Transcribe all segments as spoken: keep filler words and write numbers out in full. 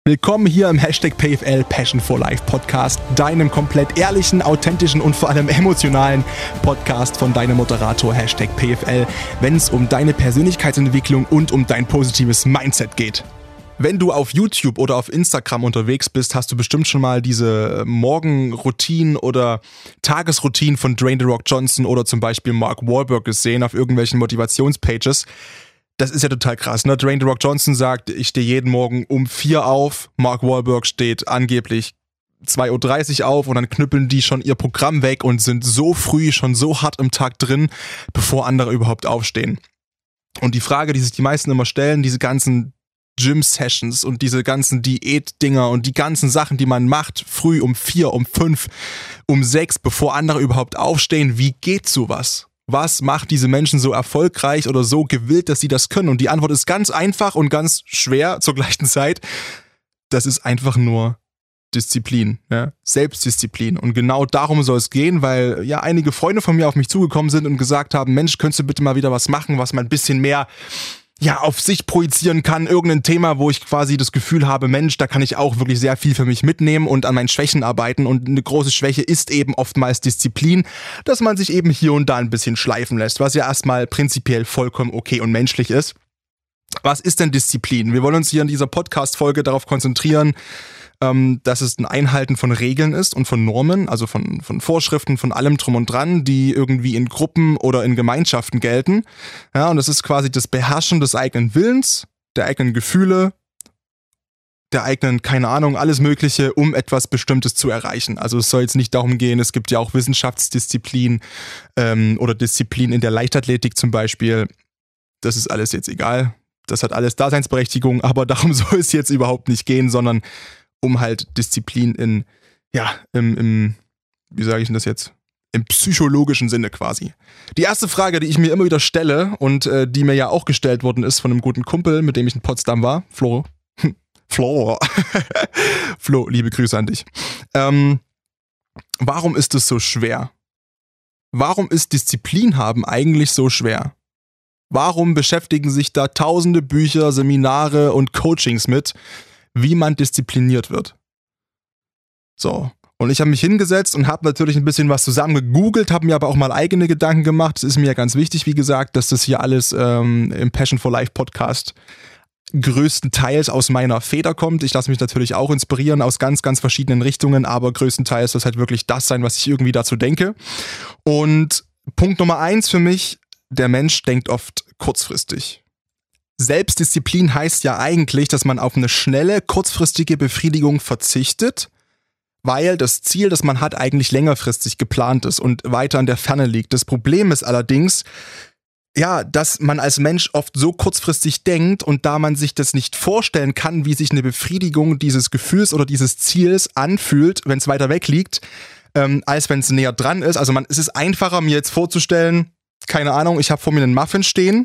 Willkommen hier im Hashtag P F L Passion for Life Podcast, deinem komplett ehrlichen, authentischen und vor allem emotionalen Podcast von deinem Moderator Hashtag P F L, wenn es um deine Persönlichkeitsentwicklung und um dein positives Mindset geht. Wenn du auf YouTube oder auf Instagram unterwegs bist, hast du bestimmt schon mal diese Morgenroutinen oder Tagesroutinen von Dwayne The Rock Johnson oder zum Beispiel Mark Wahlberg gesehen auf irgendwelchen Motivationspages. Das ist ja total krass, ne? Dwayne The Rock Johnson sagt, ich stehe jeden Morgen um vier auf. Mark Wahlberg steht angeblich zwei Uhr dreißig auf und dann knüppeln die schon ihr Programm weg und sind so früh, schon so hart im Tag drin, bevor andere überhaupt aufstehen. Und die Frage, die sich die meisten immer stellen, diese ganzen Gym-Sessions und diese ganzen Diät-Dinger und die ganzen Sachen, die man macht, früh um vier, um fünf, um sechs, bevor andere überhaupt aufstehen, wie geht sowas? Was macht diese Menschen so erfolgreich oder so gewillt, dass sie das können? Und die Antwort ist ganz einfach und ganz schwer zur gleichen Zeit. Das ist einfach nur Disziplin, ja? Selbstdisziplin. Und genau darum soll es gehen, weil ja einige Freunde von mir auf mich zugekommen sind und gesagt haben, Mensch, könntest du bitte mal wieder was machen, was mal ein bisschen mehr ja, auf sich projizieren kann, irgendein Thema, wo ich quasi das Gefühl habe, Mensch, da kann ich auch wirklich sehr viel für mich mitnehmen und an meinen Schwächen arbeiten. Und eine große Schwäche ist eben oftmals Disziplin, dass man sich eben hier und da ein bisschen schleifen lässt, was ja erstmal prinzipiell vollkommen okay und menschlich ist. Was ist denn Disziplin? Wir wollen uns hier in dieser Podcast-Folge darauf konzentrieren, dass es ein Einhalten von Regeln ist und von Normen, also von, von Vorschriften, von allem drum und dran, die irgendwie in Gruppen oder in Gemeinschaften gelten. Ja, und das ist quasi das Beherrschen des eigenen Willens, der eigenen Gefühle, der eigenen, keine Ahnung, alles Mögliche, um etwas Bestimmtes zu erreichen. Also es soll jetzt nicht darum gehen, es gibt ja auch Wissenschaftsdisziplin ähm, oder Disziplin in der Leichtathletik zum Beispiel. Das ist alles jetzt egal. Das hat alles Daseinsberechtigung, aber darum soll es jetzt überhaupt nicht gehen, sondern um halt Disziplin in, ja, im, im wie sage ich denn das jetzt, im psychologischen Sinne quasi. Die erste Frage, die ich mir immer wieder stelle und äh, die mir ja auch gestellt worden ist von einem guten Kumpel, mit dem ich in Potsdam war, Flo, Flo, Flo, liebe Grüße an dich. Ähm, warum ist es so schwer? Warum ist Disziplin haben eigentlich so schwer? Warum beschäftigen sich da tausende Bücher, Seminare und Coachings mit, wie man diszipliniert wird? So, und ich habe mich hingesetzt und habe natürlich ein bisschen was zusammen gegoogelt, habe mir aber auch mal eigene Gedanken gemacht. Es ist mir ja ganz wichtig, wie gesagt, dass das hier alles ähm, im Passion for Life Podcast größtenteils aus meiner Feder kommt. Ich lasse mich natürlich auch inspirieren aus ganz, ganz verschiedenen Richtungen, aber größtenteils soll es halt wirklich das sein, was ich irgendwie dazu denke. Und Punkt Nummer eins für mich: Der Mensch denkt oft kurzfristig. Selbstdisziplin heißt ja eigentlich, dass man auf eine schnelle, kurzfristige Befriedigung verzichtet, weil das Ziel, das man hat, eigentlich längerfristig geplant ist und weiter in der Ferne liegt. Das Problem ist allerdings, ja, dass man als Mensch oft so kurzfristig denkt und da man sich das nicht vorstellen kann, wie sich eine Befriedigung dieses Gefühls oder dieses Ziels anfühlt, wenn es weiter weg liegt, ähm, als wenn es näher dran ist. Also man, es ist einfacher, mir jetzt vorzustellen, keine Ahnung, ich habe vor mir einen Muffin stehen.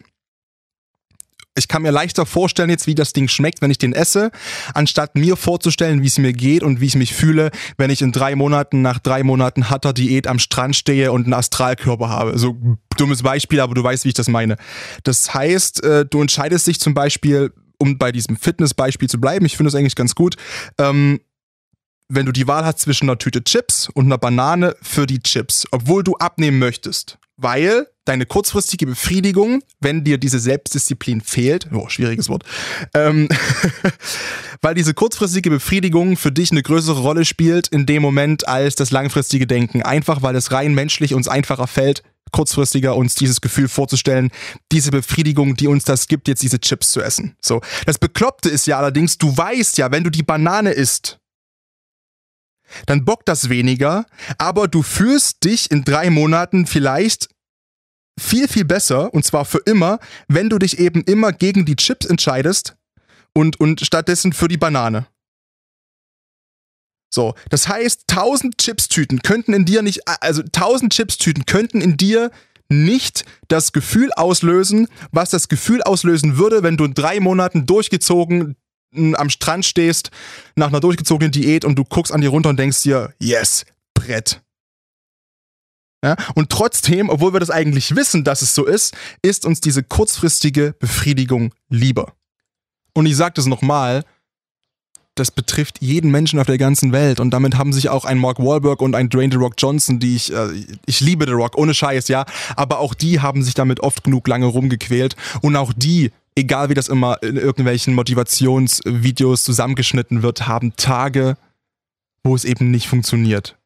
Ich kann mir leichter vorstellen jetzt, wie das Ding schmeckt, wenn ich den esse, anstatt mir vorzustellen, wie es mir geht und wie ich mich fühle, wenn ich in drei Monaten, nach drei Monaten harter Diät am Strand stehe und einen Astralkörper habe. So dummes Beispiel, aber du weißt, wie ich das meine. Das heißt, du entscheidest dich zum Beispiel, um bei diesem Fitnessbeispiel zu bleiben, ich finde das eigentlich ganz gut, ähm, wenn du die Wahl hast zwischen einer Tüte Chips und einer Banane, für die Chips, obwohl du abnehmen möchtest. Weil deine kurzfristige Befriedigung, wenn dir diese Selbstdisziplin fehlt, oh, schwieriges Wort, ähm, weil diese kurzfristige Befriedigung für dich eine größere Rolle spielt in dem Moment als das langfristige Denken. Einfach, weil es rein menschlich uns einfacher fällt, kurzfristiger uns dieses Gefühl vorzustellen, diese Befriedigung, die uns das gibt, jetzt diese Chips zu essen. So. Das Bekloppte ist ja allerdings, du weißt ja, wenn du die Banane isst, dann bockt das weniger, aber du fühlst dich in drei Monaten vielleicht viel, viel besser, und zwar für immer, wenn du dich eben immer gegen die Chips entscheidest und, und stattdessen für die Banane. So, das heißt, tausend Chipstüten könnten in dir nicht, also tausend Chipstüten könnten in dir nicht das Gefühl auslösen, was das Gefühl auslösen würde, wenn du in drei Monaten durchgezogen am Strand stehst, nach einer durchgezogenen Diät und du guckst an dir runter und denkst dir, yes, Brett. Ja? Und trotzdem, obwohl wir das eigentlich wissen, dass es so ist, ist uns diese kurzfristige Befriedigung lieber. Und ich sage das nochmal, das betrifft jeden Menschen auf der ganzen Welt und damit haben sich auch ein Mark Wahlberg und ein Dwayne The Rock Johnson, die ich, äh, ich liebe The Rock, ohne Scheiß, ja, aber auch die haben sich damit oft genug lange rumgequält und auch die, egal wie das immer in irgendwelchen Motivationsvideos zusammengeschnitten wird, haben Tage, wo es eben nicht funktioniert.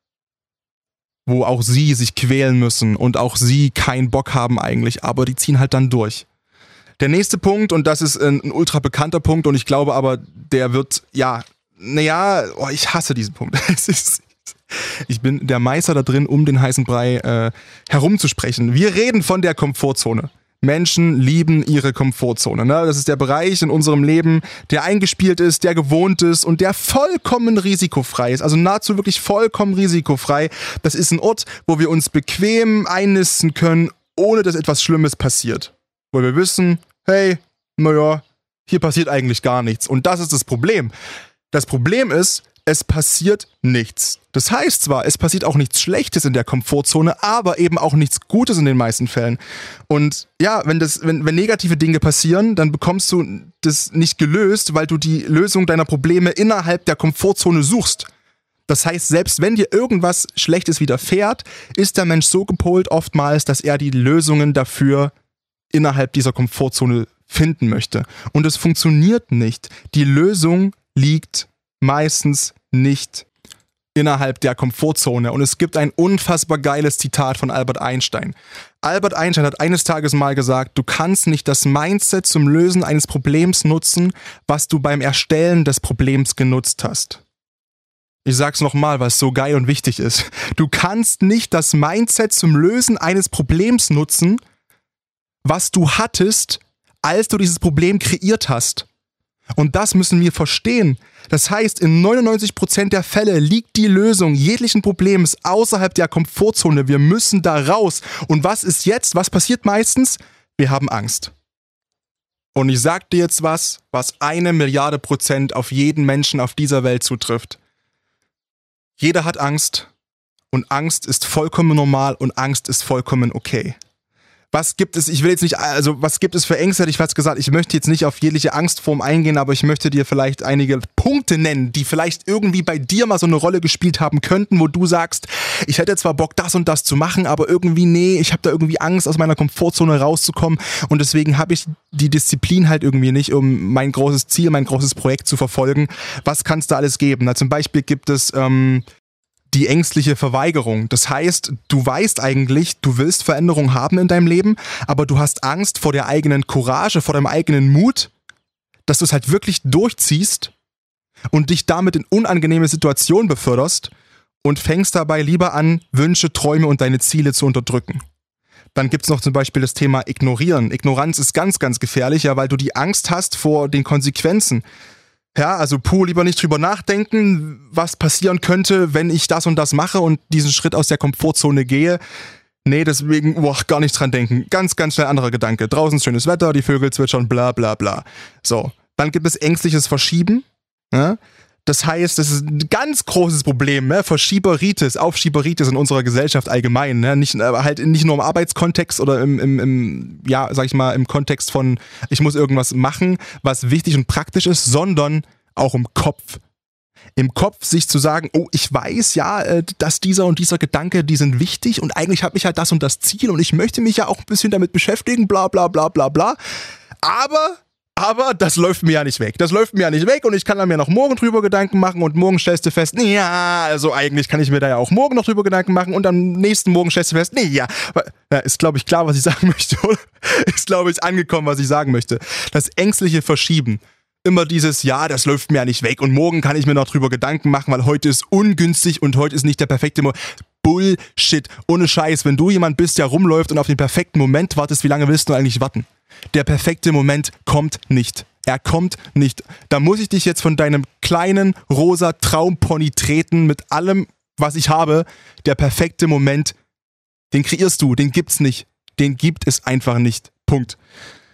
Wo auch sie sich quälen müssen und auch sie keinen Bock haben eigentlich, aber die ziehen halt dann durch. Der nächste Punkt, und das ist ein, ein ultra bekannter Punkt und ich glaube aber, der wird, ja, naja, oh, ich hasse diesen Punkt. Es ist, ich bin der Meister da drin, um den heißen Brei äh, herumzusprechen. Wir reden von der Komfortzone. Menschen lieben ihre Komfortzone. Ne? Das ist der Bereich in unserem Leben, der eingespielt ist, der gewohnt ist und der vollkommen risikofrei ist. Also nahezu wirklich vollkommen risikofrei. Das ist ein Ort, wo wir uns bequem einnisten können, ohne dass etwas Schlimmes passiert. Weil wir wissen, hey, naja, hier passiert eigentlich gar nichts. Und das ist das Problem. Das Problem ist, es passiert nichts. Das heißt zwar, es passiert auch nichts Schlechtes in der Komfortzone, aber eben auch nichts Gutes in den meisten Fällen. Und ja, wenn, das, wenn, wenn negative Dinge passieren, dann bekommst du das nicht gelöst, weil du die Lösung deiner Probleme innerhalb der Komfortzone suchst. Das heißt, selbst wenn dir irgendwas Schlechtes widerfährt, ist der Mensch so gepolt oftmals, dass er die Lösungen dafür innerhalb dieser Komfortzone finden möchte. Und es funktioniert nicht. Die Lösung liegt meistens nicht innerhalb der Komfortzone. Und es gibt ein unfassbar geiles Zitat von Albert Einstein. Albert Einstein hat eines Tages mal gesagt, du kannst nicht das Mindset zum Lösen eines Problems nutzen, was du beim Erstellen des Problems genutzt hast. Ich sag's nochmal, weil es so geil und wichtig ist. Du kannst nicht das Mindset zum Lösen eines Problems nutzen, was du hattest, als du dieses Problem kreiert hast. Und das müssen wir verstehen. Das heißt, in neunundneunzig Prozent der Fälle liegt die Lösung jeglichen Problems außerhalb der Komfortzone. Wir müssen da raus. Und was ist jetzt? Was passiert meistens? Wir haben Angst. Und ich sag dir jetzt was, was eine Milliarde Prozent auf jeden Menschen auf dieser Welt zutrifft. Jeder hat Angst und Angst ist vollkommen normal und Angst ist vollkommen okay. Was gibt es, ich will jetzt nicht, also was gibt es für Ängste, hätte ich fast gesagt, ich möchte jetzt nicht auf jegliche Angstform eingehen, aber ich möchte dir vielleicht einige Punkte nennen, die vielleicht irgendwie bei dir mal so eine Rolle gespielt haben könnten, wo du sagst, ich hätte zwar Bock, das und das zu machen, aber irgendwie, nee, ich habe da irgendwie Angst, aus meiner Komfortzone rauszukommen und deswegen habe ich die Disziplin halt irgendwie nicht, um mein großes Ziel, mein großes Projekt zu verfolgen. Was kann es da alles geben? Na, zum Beispiel gibt es ähm, die ängstliche Verweigerung. Das heißt, du weißt eigentlich, du willst Veränderung haben in deinem Leben, aber du hast Angst vor der eigenen Courage, vor deinem eigenen Mut, dass du es halt wirklich durchziehst und dich damit in unangenehme Situationen beförderst und fängst dabei lieber an, Wünsche, Träume und deine Ziele zu unterdrücken. Dann gibt's noch zum Beispiel das Thema Ignorieren. Ignoranz ist ganz, ganz gefährlich, ja, weil du die Angst hast vor den Konsequenzen. Ja, also puh, lieber nicht drüber nachdenken, was passieren könnte, wenn ich das und das mache und diesen Schritt aus der Komfortzone gehe. Nee, deswegen, boah, gar nicht dran denken. Ganz, ganz schnell anderer Gedanke. Draußen ist schönes Wetter, die Vögel zwitschern, bla bla bla. So, dann gibt es ängstliches Verschieben. Ja? Das heißt, das ist ein ganz großes Problem, ne? Verschieberitis, Aufschieberitis in unserer Gesellschaft allgemein, ne? Nicht, halt nicht nur im Arbeitskontext oder im, im, im, ja, sag ich mal, im Kontext von, ich muss irgendwas machen, was wichtig und praktisch ist, sondern auch im Kopf. Im Kopf sich zu sagen, oh, ich weiß ja, dass dieser und dieser Gedanke, die sind wichtig und eigentlich habe ich halt das und das Ziel und ich möchte mich ja auch ein bisschen damit beschäftigen, bla bla bla bla bla. Aber... Aber das läuft mir ja nicht weg. Das läuft mir ja nicht weg und ich kann da mir noch morgen drüber Gedanken machen und morgen stellst du fest, nee, ja, also eigentlich kann ich mir da ja auch morgen noch drüber Gedanken machen und am nächsten Morgen stellst du fest, nee, ja. ja ist, glaube ich, klar, was ich sagen möchte, oder? Ist, glaube ich, angekommen, was ich sagen möchte. Das ängstliche Verschieben. Immer dieses, ja, das läuft mir ja nicht weg und morgen kann ich mir noch drüber Gedanken machen, weil heute ist ungünstig und heute ist nicht der perfekte Moment. Bullshit. Ohne Scheiß. Wenn du jemand bist, der rumläuft und auf den perfekten Moment wartest, wie lange willst du eigentlich warten? Der perfekte Moment kommt nicht. Er kommt nicht. Da muss ich dich jetzt von deinem kleinen rosa Traumpony treten mit allem, was ich habe. Der perfekte Moment, den kreierst du, den gibt's nicht. Den gibt es einfach nicht. Punkt.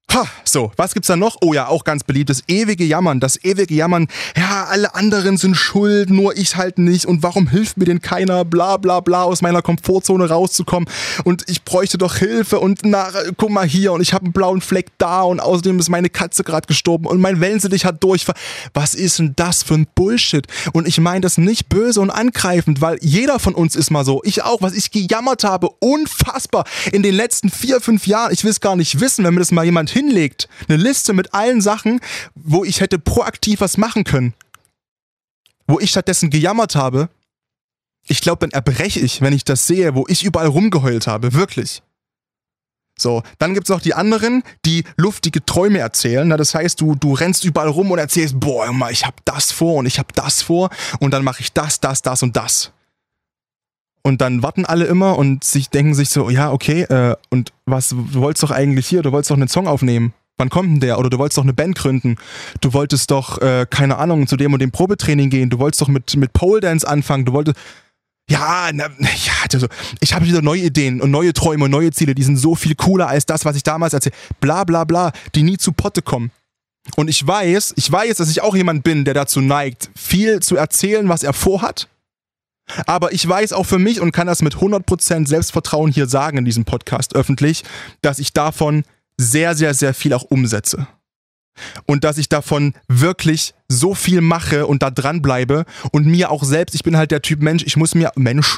Ha, so, was gibt's da noch? Oh ja, auch ganz beliebt, das ewige Jammern, das ewige Jammern, ja, alle anderen sind schuld, nur ich halt nicht und warum hilft mir denn keiner, bla bla bla, aus meiner Komfortzone rauszukommen und ich bräuchte doch Hilfe und na, guck mal hier und ich habe einen blauen Fleck da und außerdem ist meine Katze gerade gestorben und mein Wellensittich hat Durchfall. Was ist denn das für ein Bullshit? Und ich meine das nicht böse und angreifend, weil jeder von uns ist mal so, ich auch, was ich gejammert habe, unfassbar, in den letzten vier, fünf Jahren, ich will es gar nicht wissen, wenn mir das mal jemand hinlegt, eine Liste mit allen Sachen, wo ich hätte proaktiv was machen können, wo ich stattdessen gejammert habe, ich glaube, dann erbreche ich, wenn ich das sehe, wo ich überall rumgeheult habe, wirklich. So, dann gibt's noch die anderen, die luftige Träume erzählen, na, das heißt, du, du rennst überall rum und erzählst, boah, mal, ich hab das vor und ich hab das vor und dann mache ich das, das, das und das. Und dann warten alle immer und sich denken sich so, ja, okay, äh, und was, du wolltest doch eigentlich hier, du wolltest doch einen Song aufnehmen. Wann kommt denn der? Oder du wolltest doch eine Band gründen. Du wolltest doch, äh, keine Ahnung, zu dem und dem Probetraining gehen. Du wolltest doch mit, mit Pole Dance anfangen. Du wolltest, ja, na, ja, also, ich habe wieder neue Ideen und neue Träume und neue Ziele, die sind so viel cooler als das, was ich damals erzählt. Bla, bla, bla, die nie zu Potte kommen. Und ich weiß, ich weiß, dass ich auch jemand bin, der dazu neigt, viel zu erzählen, was er vorhat. Aber ich weiß auch für mich und kann das mit hundert Prozent Selbstvertrauen hier sagen in diesem Podcast öffentlich, dass ich davon sehr, sehr, sehr viel auch umsetze. Und dass ich davon wirklich so viel mache und da dran bleibe und mir auch selbst, ich bin halt der Typ Mensch, ich muss mir, Mensch,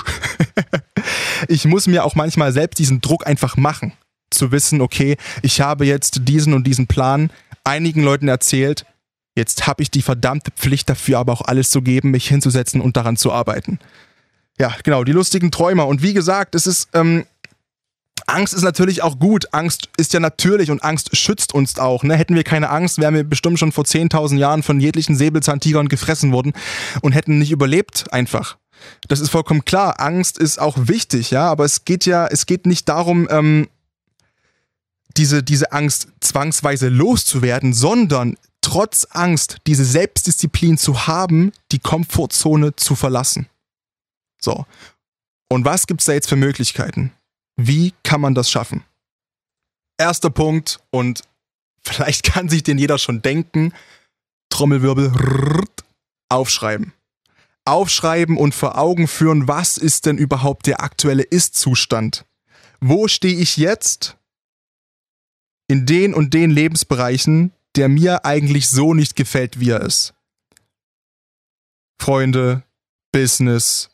ich muss mir auch manchmal selbst diesen Druck einfach machen. Zu wissen, okay, ich habe jetzt diesen und diesen Plan einigen Leuten erzählt, jetzt habe ich die verdammte Pflicht dafür, aber auch alles zu geben, mich hinzusetzen und daran zu arbeiten. Ja, genau, die lustigen Träumer. Und wie gesagt, es ist, ähm, Angst ist natürlich auch gut. Angst ist ja natürlich und Angst schützt uns auch. Ne? Hätten wir keine Angst, wären wir bestimmt schon vor zehntausend Jahren von jeglichen Säbelzahntigern gefressen worden und hätten nicht überlebt einfach. Das ist vollkommen klar. Angst ist auch wichtig, ja, aber es geht ja, es geht nicht darum, ähm, diese, diese Angst zwangsweise loszuwerden, sondern trotz Angst diese Selbstdisziplin zu haben, die Komfortzone zu verlassen. So. Und was gibt's da jetzt für Möglichkeiten? Wie kann man das schaffen? Erster Punkt, und vielleicht kann sich den jeder schon denken, Trommelwirbel, aufschreiben. Aufschreiben und vor Augen führen, was ist denn überhaupt der aktuelle Ist-Zustand? Wo stehe ich jetzt in den und den Lebensbereichen, der mir eigentlich so nicht gefällt, wie er ist? Freunde, Business,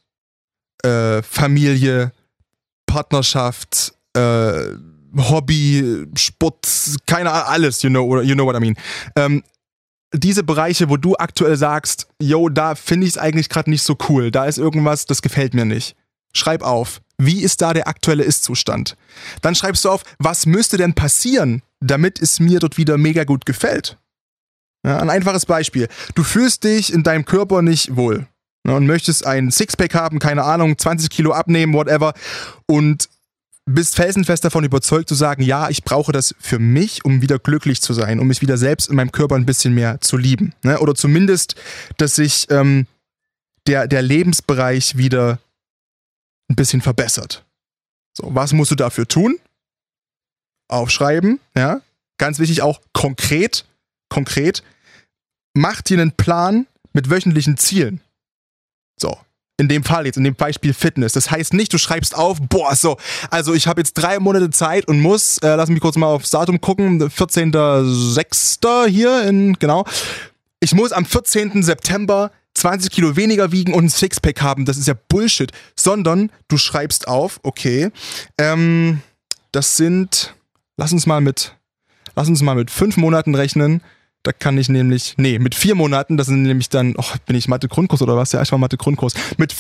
äh, Familie, Partnerschaft, äh, Hobby, Sport, keine Ahnung, alles, you know, you know what I mean. Ähm, diese Bereiche, wo du aktuell sagst, yo, da finde ich es eigentlich gerade nicht so cool, da ist irgendwas, das gefällt mir nicht. Schreib auf, wie ist da der aktuelle Ist-Zustand? Dann schreibst du auf, was müsste denn passieren, damit es mir dort wieder mega gut gefällt? Ja, ein einfaches Beispiel. Du fühlst dich in deinem Körper nicht wohl, ne, und möchtest ein Sixpack haben, keine Ahnung, zwanzig Kilo abnehmen, whatever, und bist felsenfest davon überzeugt zu sagen, ja, ich brauche das für mich, um wieder glücklich zu sein, um mich wieder selbst in meinem Körper ein bisschen mehr zu lieben. Ne? Oder zumindest, dass sich ähm, der, der Lebensbereich wieder ein bisschen verbessert. So, was musst du dafür tun? Aufschreiben, ja. Ganz wichtig auch konkret, konkret, mach dir einen Plan mit wöchentlichen Zielen. So. In dem Fall jetzt, in dem Beispiel Fitness. Das heißt nicht, du schreibst auf, boah, so, also ich habe jetzt drei Monate Zeit und muss, äh, lass mich kurz mal aufs Datum gucken, vierzehnter sechster hier in, genau. Ich muss am vierzehnten September zwanzig Kilo weniger wiegen und ein Sixpack haben. Das ist ja Bullshit. Sondern du schreibst auf, okay, ähm, das sind, lass uns mal mit, lass uns mal mit fünf Monaten rechnen. Da kann ich nämlich, nee, mit vier Monaten, das sind nämlich dann, oh, bin ich Mathe-Grundkurs oder was? Ja, ich war Mathe-Grundkurs. Mit,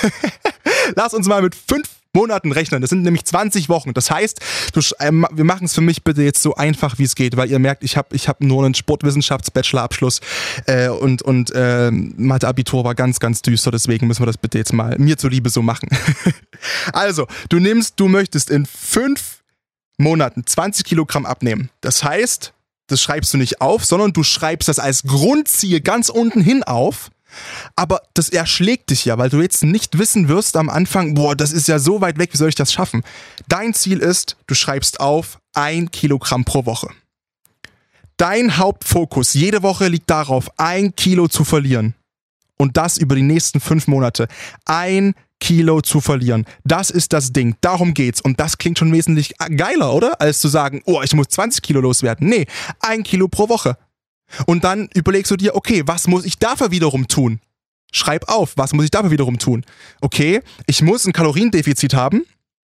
lass uns mal mit fünf Monaten rechnen. Das sind nämlich zwanzig Wochen. Das heißt, du, äh, wir machen es für mich bitte jetzt so einfach, wie es geht, weil ihr merkt, ich habe ich hab nur einen Sportwissenschafts-Bachelor-Abschluss äh, und, und äh, Mathe-Abitur war ganz, ganz düster, deswegen müssen wir das bitte jetzt mal mir zuliebe so machen. Also, du nimmst, du möchtest in fünf Monaten zwanzig Kilogramm abnehmen. Das heißt, das schreibst du nicht auf, sondern du schreibst das als Grundziel ganz unten hin auf Aber das erschlägt dich ja, weil du jetzt nicht wissen wirst am Anfang, boah, das ist ja so weit weg, wie soll ich das schaffen? Dein Ziel ist, du schreibst auf, ein Kilogramm pro Woche. Dein Hauptfokus jede Woche liegt darauf, ein Kilo zu verlieren. Und das über die nächsten fünf Monate. Ein Kilo zu verlieren. Das ist das Ding. Darum geht's. Und das klingt schon wesentlich geiler, oder? Als zu sagen, oh, ich muss zwanzig Kilo loswerden. Nee, ein Kilo pro Woche. Und dann überlegst du dir, okay, was muss ich dafür wiederum tun? Schreib auf, was muss ich dafür wiederum tun? Okay, ich muss ein Kaloriendefizit haben.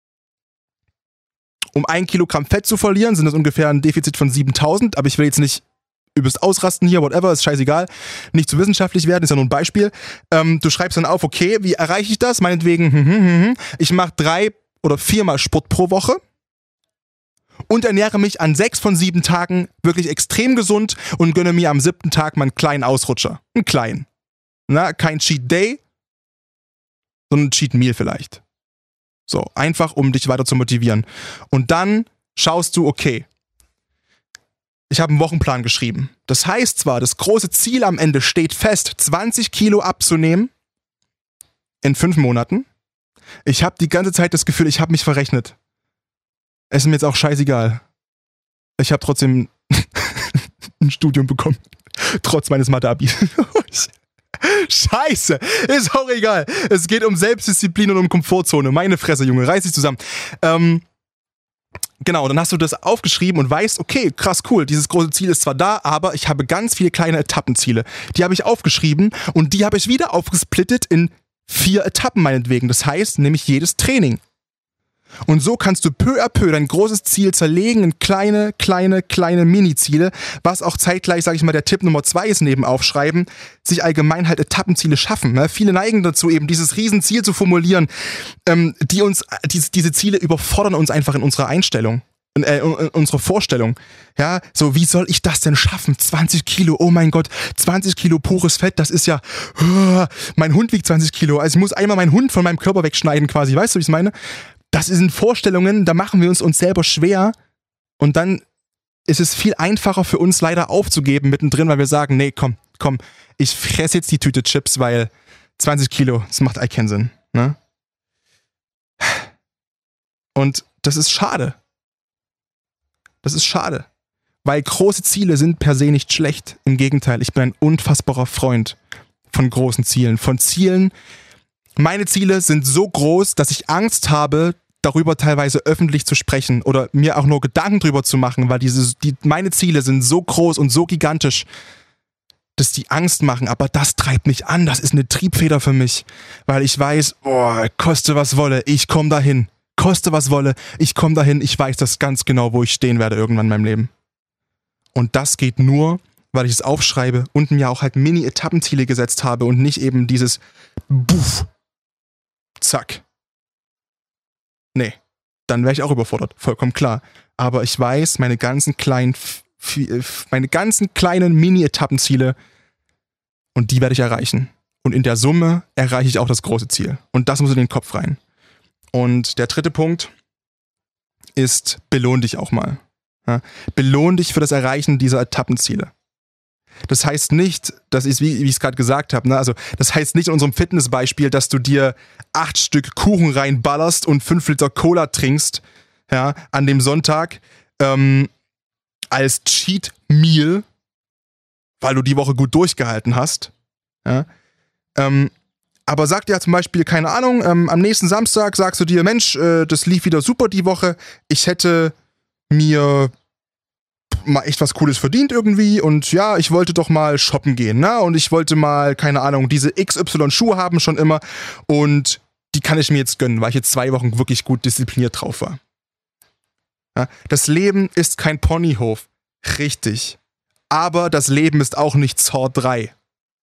Um ein Kilogramm Fett zu verlieren, sind das ungefähr ein Defizit von siebentausend. Aber ich will jetzt nicht übelst ausrasten hier, whatever, ist scheißegal. Nicht zu wissenschaftlich werden, ist ja nur ein Beispiel. Ähm, du schreibst dann auf, okay, wie erreiche ich das? Meinetwegen, hm, hm, hm, ich mache drei oder viermal Sport pro Woche und ernähre mich an sechs von sieben Tagen wirklich extrem gesund und gönne mir am siebten Tag mal einen kleinen Ausrutscher. Einen kleinen. Na, kein Cheat Day, sondern ein Cheat Meal vielleicht. So, einfach um dich weiter zu motivieren. Und dann schaust du, okay, ich habe einen Wochenplan geschrieben. Das heißt zwar, das große Ziel am Ende steht fest, zwanzig Kilo abzunehmen in fünf Monaten. Ich habe die ganze Zeit das Gefühl, ich habe mich verrechnet. Es ist mir jetzt auch scheißegal. Ich habe trotzdem ein Studium bekommen. Trotz meines Mathe-Abis. Scheiße, ist auch egal. Es geht um Selbstdisziplin und um Komfortzone. Meine Fresse, Junge, reiß dich zusammen. Ähm, genau, dann hast du das aufgeschrieben und weißt, okay, krass, cool, dieses große Ziel ist zwar da, aber ich habe ganz viele kleine Etappenziele. Die habe ich aufgeschrieben und die habe ich wieder aufgesplittet in vier Etappen meinetwegen. Das heißt, nämlich jedes Training. Und so kannst du peu à peu dein großes Ziel zerlegen in kleine, kleine, kleine Mini-Ziele, was auch zeitgleich, sage ich mal, der Tipp Nummer zwei ist, neben aufschreiben, sich allgemein halt Etappenziele schaffen. Ne? Viele neigen dazu, eben dieses Riesenziel zu formulieren, ähm, die uns, diese, diese Ziele überfordern uns einfach in unserer Einstellung. In, äh, in unserer Vorstellung. Ja, so, wie soll ich das denn schaffen? zwanzig Kilo, oh mein Gott, zwanzig Kilo pures Fett, das ist ja, uh, mein Hund wiegt zwanzig Kilo, also ich muss einmal meinen Hund von meinem Körper wegschneiden quasi, weißt du, wie ich es meine? Das sind Vorstellungen, da machen wir uns uns selber schwer und dann ist es viel einfacher für uns leider aufzugeben mittendrin, weil wir sagen, nee, komm, komm, ich fresse jetzt die Tüte Chips, weil zwanzig Kilo, das macht eigentlich keinen Sinn. Ne? Und das ist schade. Das ist schade, weil große Ziele sind per se nicht schlecht. Im Gegenteil, ich bin ein unfassbarer Freund von großen Zielen, von Zielen. Meine Ziele sind so groß, dass ich Angst habe, darüber teilweise öffentlich zu sprechen oder mir auch nur Gedanken drüber zu machen, weil diese, die, meine Ziele sind so groß und so gigantisch, dass die Angst machen. Aber das treibt mich an, das ist eine Triebfeder für mich, weil ich weiß, boah, koste was wolle, ich komme dahin. Koste was wolle, ich komme dahin, ich weiß das ganz genau, wo ich stehen werde irgendwann in meinem Leben. Und das geht nur, weil ich es aufschreibe und mir auch halt Mini-Etappenziele gesetzt habe und nicht eben dieses Buff, zack. Nee, dann wäre ich auch überfordert, vollkommen klar. Aber ich weiß, meine ganzen kleinen, meine ganzen kleinen Mini-Etappenziele und die werde ich erreichen. Und in der Summe erreiche ich auch das große Ziel. Und das muss in den Kopf rein. Und der dritte Punkt ist, belohn dich auch mal. Ja? Belohn dich für das Erreichen dieser Etappenziele. Das heißt nicht, dass ich, wie, wie ich es gerade gesagt habe, ne? Also das heißt nicht in unserem Fitnessbeispiel, dass du dir acht Stück Kuchen reinballerst und fünf Liter Cola trinkst, ja, an dem Sonntag ähm, als Cheat Meal, weil du die Woche gut durchgehalten hast. Ja? Ähm, Aber sag dir zum Beispiel, keine Ahnung, ähm, am nächsten Samstag sagst du dir, Mensch, äh, das lief wieder super die Woche, ich hätte mir mal echt was Cooles verdient irgendwie und ja, ich wollte doch mal shoppen gehen, ne? Und ich wollte mal, keine Ahnung, diese X Y Schuhe haben schon immer und die kann ich mir jetzt gönnen, weil ich jetzt zwei Wochen wirklich gut diszipliniert drauf war. Ja? Das Leben ist kein Ponyhof, richtig. Aber das Leben ist auch nicht Saw drei.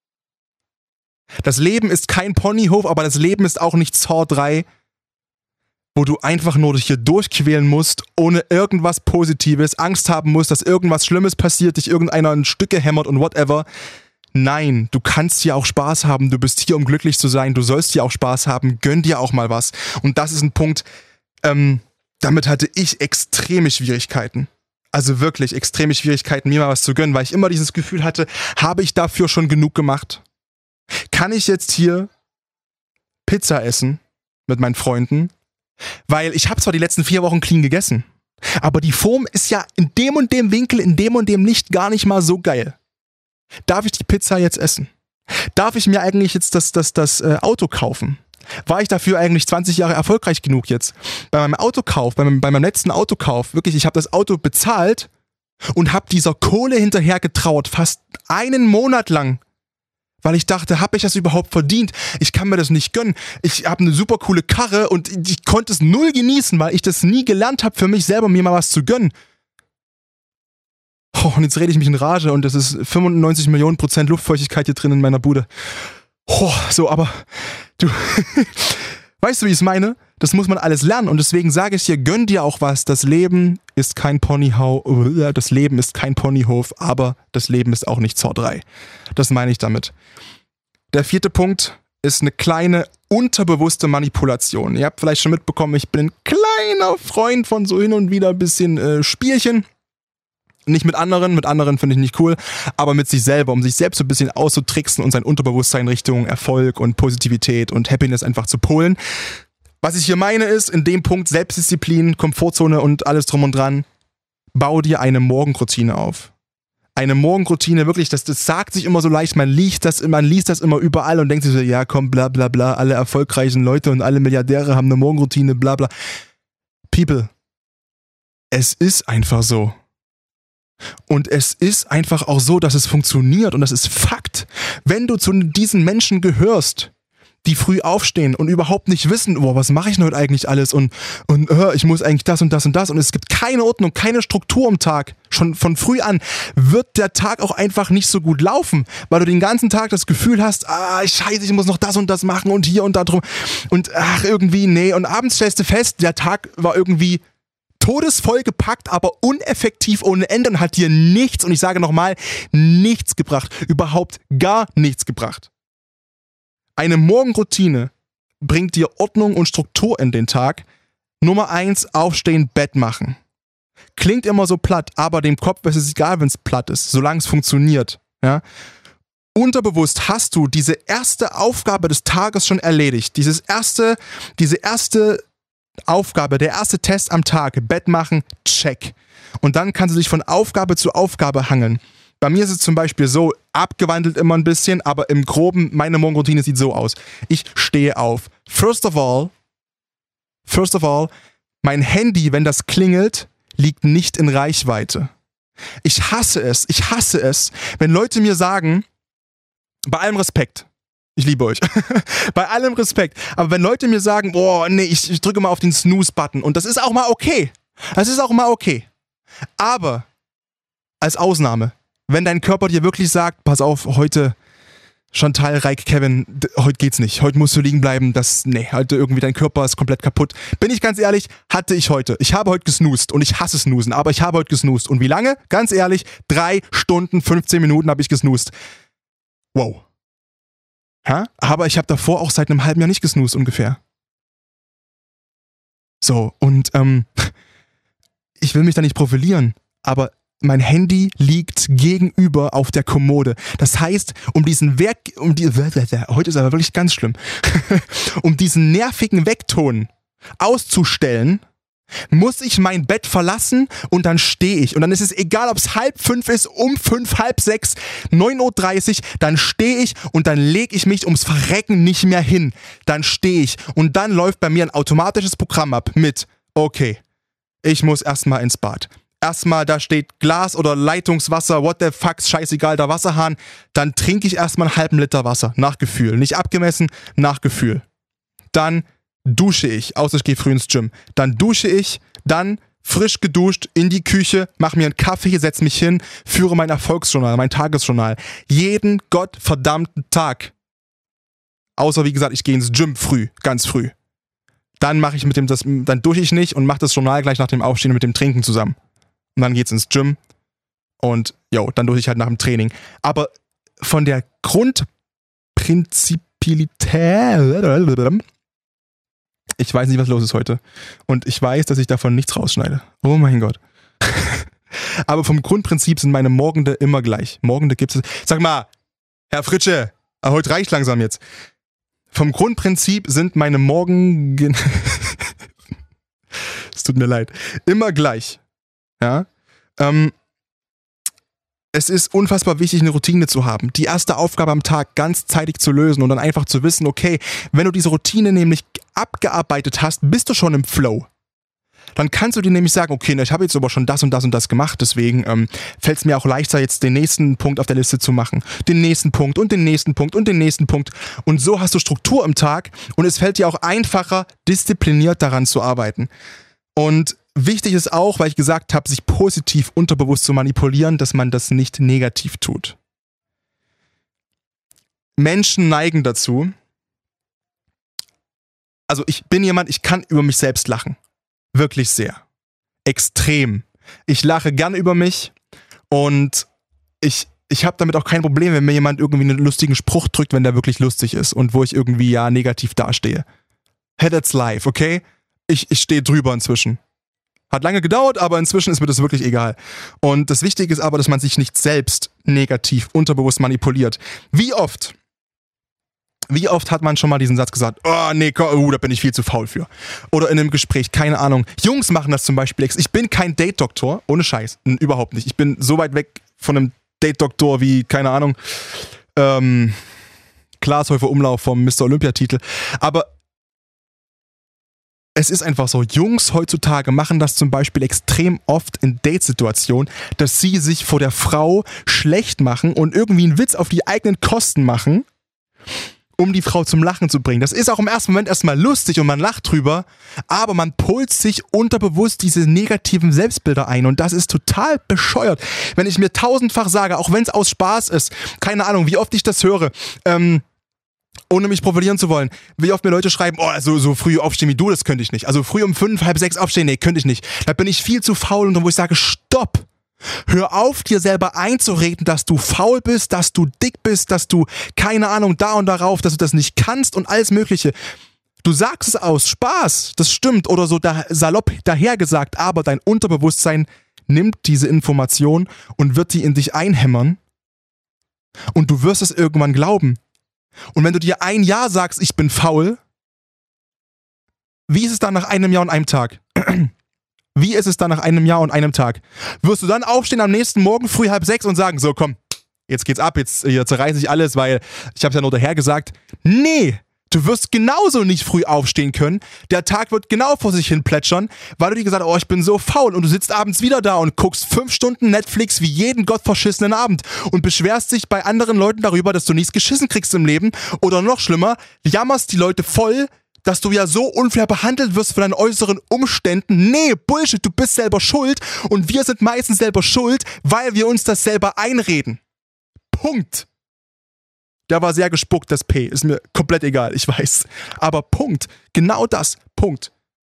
Das Leben ist kein Ponyhof, aber das Leben ist auch nicht Saw drei, wo du einfach nur dich hier durchquälen musst, ohne irgendwas Positives, Angst haben musst, dass irgendwas Schlimmes passiert, dich irgendeiner in Stücke hämmert und whatever. Nein, du kannst hier auch Spaß haben, du bist hier, um glücklich zu sein, du sollst hier auch Spaß haben, gönn dir auch mal was. Und das ist ein Punkt, ähm, damit hatte ich extreme Schwierigkeiten. Also wirklich extreme Schwierigkeiten, mir mal was zu gönnen, weil ich immer dieses Gefühl hatte, habe ich dafür schon genug gemacht? kann ich jetzt hier Pizza essen mit meinen Freunden, weil ich habe zwar die letzten vier Wochen clean gegessen, aber die Form ist ja in dem und dem Winkel, in dem und dem Licht gar nicht mal so geil. Darf ich die Pizza jetzt essen? Darf ich mir eigentlich jetzt das, das, das äh, Auto kaufen? War ich dafür eigentlich zwanzig Jahre erfolgreich genug jetzt? Bei meinem Autokauf, bei meinem, bei meinem letzten Autokauf, wirklich, ich habe das Auto bezahlt und habe dieser Kohle hinterher getrauert, fast einen Monat lang. Weil ich dachte, habe ich das überhaupt verdient? Ich kann mir das nicht gönnen. Ich habe eine super coole Karre und ich konnte es null genießen, weil ich das nie gelernt habe, für mich selber mir mal was zu gönnen. Oh, und jetzt rede ich mich in Rage und es ist fünfundneunzig Millionen Prozent Luftfeuchtigkeit hier drin in meiner Bude. Oh, so, aber du, weißt du, wie ich es meine? Das muss man alles lernen und deswegen sage ich dir, gönn dir auch was. Das Leben ist kein Ponyhof, das Leben ist kein Ponyhof, aber das Leben ist auch nicht Zor drei. Das meine ich damit. Der vierte Punkt ist eine kleine unterbewusste Manipulation. Ihr habt vielleicht schon mitbekommen, ich bin ein kleiner Freund von so hin und wieder ein bisschen äh, Spielchen. Nicht mit anderen, mit anderen finde ich nicht cool, aber mit sich selber, um sich selbst so ein bisschen auszutricksen und sein Unterbewusstsein Richtung Erfolg und Positivität und Happiness einfach zu polen. Was ich hier meine ist, in dem Punkt Selbstdisziplin, Komfortzone und alles drum und dran, bau dir eine Morgenroutine auf. Eine Morgenroutine, wirklich, das, das sagt sich immer so leicht, man liest das, man liest das immer überall und denkt sich so, ja komm, bla bla bla, alle erfolgreichen Leute und alle Milliardäre haben eine Morgenroutine, bla bla. People, es ist einfach so. Und es ist einfach auch so, dass es funktioniert und das ist Fakt. Wenn du zu diesen Menschen gehörst, die früh aufstehen und überhaupt nicht wissen, boah, was mache ich denn heute eigentlich alles und, und äh, ich muss eigentlich das und das und das und es gibt keine Ordnung, keine Struktur am Tag, schon von früh an, wird der Tag auch einfach nicht so gut laufen, weil du den ganzen Tag das Gefühl hast, ah, scheiße, ich muss noch das und das machen und hier und da drum und ach, irgendwie, nee, und abends stellst du fest, der Tag war irgendwie todesvoll gepackt, aber uneffektiv ohne Ende und hat dir nichts, und ich sage nochmal, nichts gebracht. Überhaupt gar nichts gebracht. Eine Morgenroutine bringt dir Ordnung und Struktur in den Tag. Nummer eins, aufstehen, Bett machen. Klingt immer so platt, aber dem Kopf ist es egal, wenn es platt ist, solange es funktioniert. Ja? Unterbewusst hast du diese erste Aufgabe des Tages schon erledigt. Dieses erste, diese erste Aufgabe, der erste Test am Tag, Bett machen, check. Und dann kannst du dich von Aufgabe zu Aufgabe hangeln. Bei mir ist es zum Beispiel so, abgewandelt immer ein bisschen, aber im Groben, meine Morgenroutine sieht so aus. Ich stehe auf. First of all, first of all, mein Handy, wenn das klingelt, liegt nicht in Reichweite. Ich hasse es, ich hasse es, wenn Leute mir sagen, bei allem Respekt, ich liebe euch. Bei allem Respekt. Aber wenn Leute mir sagen, boah, nee, ich, ich drücke mal auf den Snooze-Button und das ist auch mal okay. Das ist auch mal okay. Aber als Ausnahme, wenn dein Körper dir wirklich sagt, pass auf, heute Chantal, Reik, Kevin, d- heute geht's nicht. Heute musst du liegen bleiben. Das, nee, heute irgendwie dein Körper ist komplett kaputt. Bin ich ganz ehrlich, hatte ich heute. Ich habe heute gesnoost und ich hasse Snoosen, aber ich habe heute gesnoost. Und wie lange? Ganz ehrlich, drei Stunden, fünfzehn Minuten habe ich gesnoost. Wow. Ja? Aber ich habe davor auch seit einem halben Jahr nicht gesnoost ungefähr. So, und ähm, ich will mich da nicht profilieren, aber mein Handy liegt gegenüber auf der Kommode. Das heißt, um diesen Werk, um die, heute ist aber wirklich ganz schlimm, um diesen nervigen Weckton auszustellen, muss ich mein Bett verlassen und dann stehe ich. Und dann ist es egal, ob es halb fünf ist, um fünf, halb sechs, neun Uhr dreißig, dann stehe ich und dann lege ich mich ums Verrecken nicht mehr hin. Dann stehe ich und dann läuft bei mir ein automatisches Programm ab mit, okay, ich muss erstmal ins Bad. Erstmal, da steht Glas oder Leitungswasser, what the fuck, scheißegal, der Wasserhahn. Dann trinke ich erstmal einen halben Liter Wasser, nach Gefühl. Nicht abgemessen, nach Gefühl. Dann dusche ich, außer ich gehe früh ins Gym. Dann dusche ich, dann frisch geduscht in die Küche, mache mir einen Kaffee, setze mich hin, führe mein Erfolgsjournal, mein Tagesjournal. Jeden gottverdammten Tag. Außer, wie gesagt, ich gehe ins Gym früh, ganz früh. Dann mache ich mit dem, das, dann dusche ich nicht und mache das Journal gleich nach dem Aufstehen mit dem Trinken zusammen. Und dann geht's ins Gym und jo, dann dusche ich halt nach dem Training. Aber von der Grundprinzipialität, ich weiß nicht, was los ist heute. Und ich weiß, dass ich davon nichts rausschneide. Oh mein Gott. Aber vom Grundprinzip sind meine Morgende immer gleich. Morgende gibt es. Sag mal, Herr Fritsche, Aber heute reicht langsam jetzt. Vom Grundprinzip sind meine Morgen... Es tut mir leid. Immer gleich. Ja. Ähm, es ist unfassbar wichtig, eine Routine zu haben. Die erste Aufgabe am Tag ganzzeitig zu lösen und dann einfach zu wissen, okay, wenn du diese Routine nämlich abgearbeitet hast, bist du schon im Flow. Dann kannst du dir nämlich sagen, okay, ich habe jetzt aber schon das und das und das gemacht, deswegen ähm, fällt es mir auch leichter, jetzt den nächsten Punkt auf der Liste zu machen. Den nächsten Punkt und den nächsten Punkt und den nächsten Punkt. Und so hast du Struktur im Tag und es fällt dir auch einfacher, diszipliniert daran zu arbeiten. Und wichtig ist auch, weil ich gesagt habe, sich positiv unterbewusst zu manipulieren, dass man das nicht negativ tut. Menschen neigen dazu, also ich bin jemand, ich kann über mich selbst lachen. Wirklich sehr. Extrem. Ich lache gerne über mich und ich, ich habe damit auch kein Problem, wenn mir jemand irgendwie einen lustigen Spruch drückt, wenn der wirklich lustig ist und wo ich irgendwie ja negativ dastehe. Hey, that's life, okay? Ich, ich stehe drüber inzwischen. Hat lange gedauert, aber inzwischen ist mir das wirklich egal. Und das Wichtige ist aber, dass man sich nicht selbst negativ, unterbewusst manipuliert. Wie oft, wie oft hat man schon mal diesen Satz gesagt, oh nee, oh, da bin ich viel zu faul für. Oder in einem Gespräch, keine Ahnung. Jungs machen das zum Beispiel. Ich bin kein Date-Doktor, ohne Scheiß, überhaupt nicht. Ich bin so weit weg von einem Date-Doktor wie, keine Ahnung, ähm, Glashäufer Umlauf vom Mister Olympia-Titel. Aber es ist einfach so, Jungs heutzutage machen das zum Beispiel extrem oft in Datesituationen, dass sie sich vor der Frau schlecht machen und irgendwie einen Witz auf die eigenen Kosten machen, um die Frau zum Lachen zu bringen. Das ist auch im ersten Moment erstmal lustig und man lacht drüber, aber man pulst sich unterbewusst diese negativen Selbstbilder ein und das ist total bescheuert. Wenn ich mir tausendfach sage, auch wenn es aus Spaß ist, keine Ahnung, wie oft ich das höre, ähm, ohne mich profilieren zu wollen, wie oft mir Leute schreiben, oh, so, so früh aufstehen wie du, das könnte ich nicht. Also früh um fünf, halb sechs aufstehen, nee, könnte ich nicht. Da bin ich viel zu faul und dann, wo ich sage, stopp. Hör auf, dir selber einzureden, dass du faul bist, dass du dick bist, dass du, keine Ahnung, da und darauf, dass du das nicht kannst und alles Mögliche. Du sagst es aus Spaß, das stimmt, oder so da, salopp dahergesagt, aber dein Unterbewusstsein nimmt diese Information und wird die in dich einhämmern und du wirst es irgendwann glauben. Und wenn du dir ein Jahr sagst, ich bin faul, wie ist es dann nach einem Jahr und einem Tag? Wie ist es dann nach einem Jahr und einem Tag? Wirst du dann aufstehen am nächsten Morgen früh halb sechs und sagen, so komm, jetzt geht's ab, jetzt hier zerreiße ich alles, weil ich hab's ja nur daher gesagt. Nee, du wirst genauso nicht früh aufstehen können. Der Tag wird genau vor sich hin plätschern, weil du dir gesagt hast, oh, ich bin so faul und du sitzt abends wieder da und guckst fünf Stunden Netflix wie jeden gottverschissenen Abend und beschwerst dich bei anderen Leuten darüber, dass du nichts geschissen kriegst im Leben oder noch schlimmer, jammerst die Leute voll, dass du ja so unfair behandelt wirst von deinen äußeren Umständen. Nee, Bullshit, du bist selber schuld und wir sind meistens selber schuld, weil wir uns das selber einreden. Punkt. Der war sehr gespuckt, das P. Ist mir komplett egal, ich weiß. Aber Punkt. Genau das. Punkt.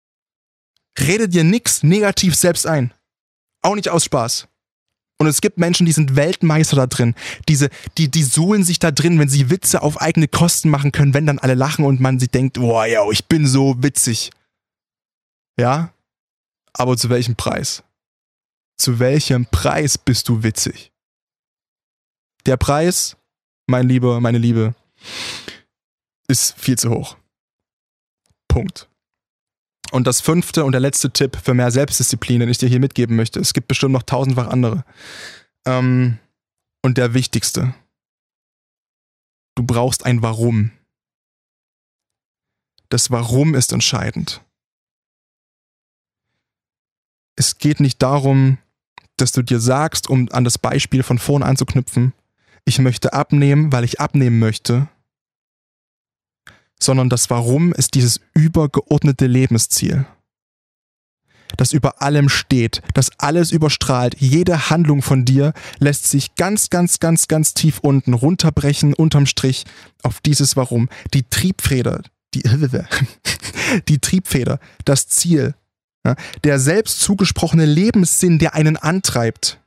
Rede dir nix negativ selbst ein. Auch nicht aus Spaß. Und es gibt Menschen, die sind Weltmeister da drin. Diese, die, die suhlen sich da drin, wenn sie Witze auf eigene Kosten machen können, wenn dann alle lachen und man sich denkt, boah, ja, ich bin so witzig. Ja? Aber zu welchem Preis? Zu welchem Preis bist du witzig? Der Preis, mein Lieber, meine Liebe, ist viel zu hoch. Punkt. Und das fünfte und der letzte Tipp für mehr Selbstdisziplin, den ich dir hier mitgeben möchte, es gibt bestimmt noch tausendfach andere. Ähm, und der wichtigste. Du brauchst ein Warum. Das Warum ist entscheidend. Es geht nicht darum, dass du dir sagst, um an das Beispiel von vorn anzuknüpfen, ich möchte abnehmen, weil ich abnehmen möchte, sondern das Warum ist dieses übergeordnete Lebensziel, das über allem steht, das alles überstrahlt. Jede Handlung von dir lässt sich ganz, ganz, ganz, ganz tief unten runterbrechen, unterm Strich, auf dieses Warum. Die Triebfeder, die, die Triebfeder, das Ziel, ja, der selbst zugesprochene Lebenssinn, der einen antreibt.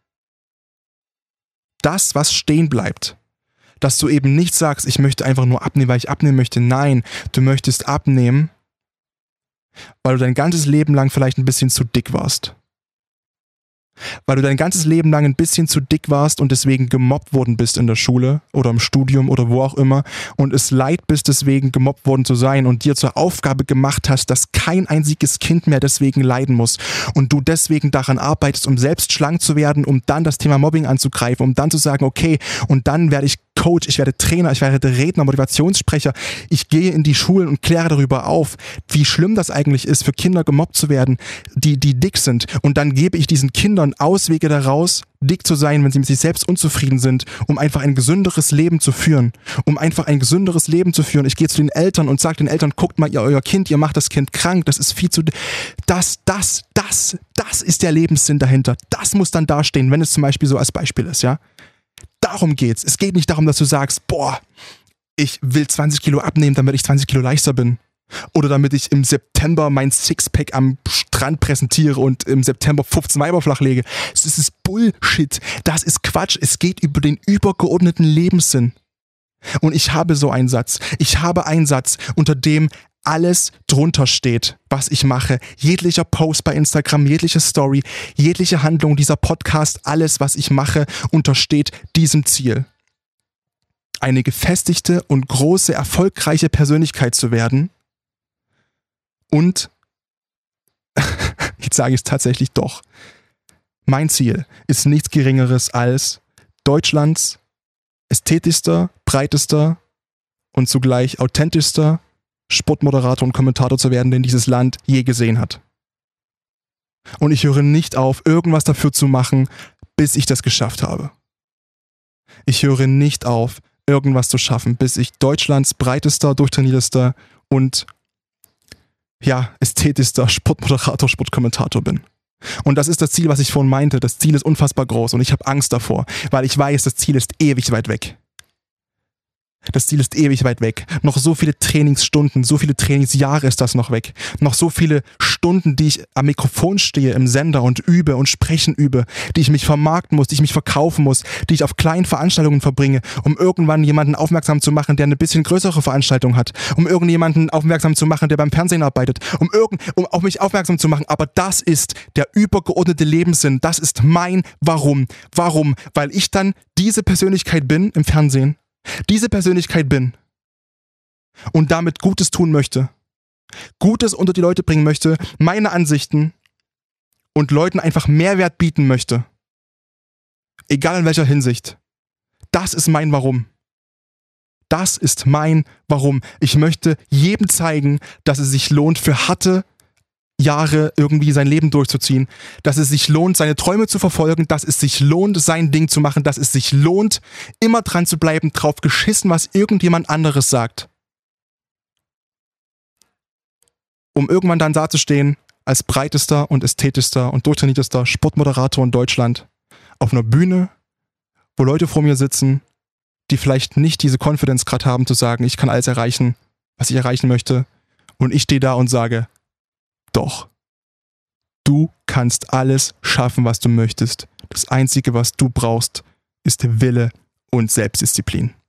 Das, was stehen bleibt. Dass du eben nicht sagst, ich möchte einfach nur abnehmen, weil ich abnehmen möchte. Nein, du möchtest abnehmen, weil du dein ganzes Leben lang vielleicht ein bisschen zu dick warst. Weil du dein ganzes Leben lang ein bisschen zu dick warst und deswegen gemobbt worden bist in der Schule oder im Studium oder wo auch immer und es leid bist, deswegen gemobbt worden zu sein und dir zur Aufgabe gemacht hast, dass kein einziges Kind mehr deswegen leiden muss und du deswegen daran arbeitest, um selbst schlank zu werden, um dann das Thema Mobbing anzugreifen, um dann zu sagen, okay, und dann werde ich Coach, ich werde Trainer, ich werde Redner, Motivationssprecher, ich gehe in die Schulen und kläre darüber auf, wie schlimm das eigentlich ist, für Kinder gemobbt zu werden, die, die dick sind. Und dann gebe ich diesen Kindern Auswege daraus, dick zu sein, wenn sie mit sich selbst unzufrieden sind, um einfach ein gesünderes Leben zu führen. Um einfach ein gesünderes Leben zu führen. Ich gehe zu den Eltern und sage den Eltern, guckt mal, ihr euer Kind, ihr macht das Kind krank, das ist viel zu... Das, das, das, das ist der Lebenssinn dahinter. Das muss dann dastehen, wenn es zum Beispiel so als Beispiel ist, ja. Darum geht's. Es geht nicht darum, dass du sagst, boah, ich will zwanzig Kilo abnehmen, damit ich zwanzig Kilo leichter bin. Oder damit ich im September mein Sixpack am Strand präsentiere und im September fünfzehn Weiber flachlege. Das ist Bullshit. Das ist Quatsch. Es geht über den übergeordneten Lebenssinn. Und ich habe so einen Satz. Ich habe einen Satz, unter dem alles drunter steht, was ich mache. Jeglicher Post bei Instagram, jegliche Story, jegliche Handlung, dieser Podcast, alles, was ich mache, untersteht diesem Ziel. Eine gefestigte und große, erfolgreiche Persönlichkeit zu werden. Und, jetzt sage ich es tatsächlich doch, mein Ziel ist nichts Geringeres als Deutschlands ästhetischster, breitester und zugleich authentischster Sportmoderator und Kommentator zu werden, den dieses Land je gesehen hat. Und ich höre nicht auf, irgendwas dafür zu machen, bis ich das geschafft habe. Ich höre nicht auf, irgendwas zu schaffen, bis ich Deutschlands breitester, durchtrainiertester und ja, ästhetischster Sportmoderator, Sportkommentator bin. Und das ist das Ziel, was ich vorhin meinte. Das Ziel ist unfassbar groß und ich habe Angst davor, weil ich weiß, das Ziel ist ewig weit weg. Das Ziel ist ewig weit weg. Noch so viele Trainingsstunden, so viele Trainingsjahre ist das noch weg. Noch so viele Stunden, die ich am Mikrofon stehe, im Sender und übe und sprechen übe, die ich mich vermarkten muss, die ich mich verkaufen muss, die ich auf kleinen Veranstaltungen verbringe, um irgendwann jemanden aufmerksam zu machen, der eine bisschen größere Veranstaltung hat, um irgendjemanden aufmerksam zu machen, der beim Fernsehen arbeitet, um, irgend, um auf mich aufmerksam zu machen. Aber das ist der übergeordnete Lebenssinn. Das ist mein Warum. Warum? Weil ich dann diese Persönlichkeit bin im Fernsehen, diese Persönlichkeit bin und damit Gutes tun möchte, Gutes unter die Leute bringen möchte, meine Ansichten und Leuten einfach Mehrwert bieten möchte. Egal in welcher Hinsicht. Das ist mein Warum. Das ist mein Warum. Ich möchte jedem zeigen, dass es sich lohnt, für harte Jahre irgendwie sein Leben durchzuziehen, dass es sich lohnt, seine Träume zu verfolgen, dass es sich lohnt, sein Ding zu machen, dass es sich lohnt, immer dran zu bleiben, drauf geschissen, was irgendjemand anderes sagt. Um irgendwann dann dazustehen, als breitester und ästhetischster und durchtrainiertester Sportmoderator in Deutschland, auf einer Bühne, wo Leute vor mir sitzen, die vielleicht nicht diese Confidence gerade haben, zu sagen, ich kann alles erreichen, was ich erreichen möchte, und ich stehe da und sage, doch, du kannst alles schaffen, was du möchtest. Das Einzige, was du brauchst, ist Wille und Selbstdisziplin.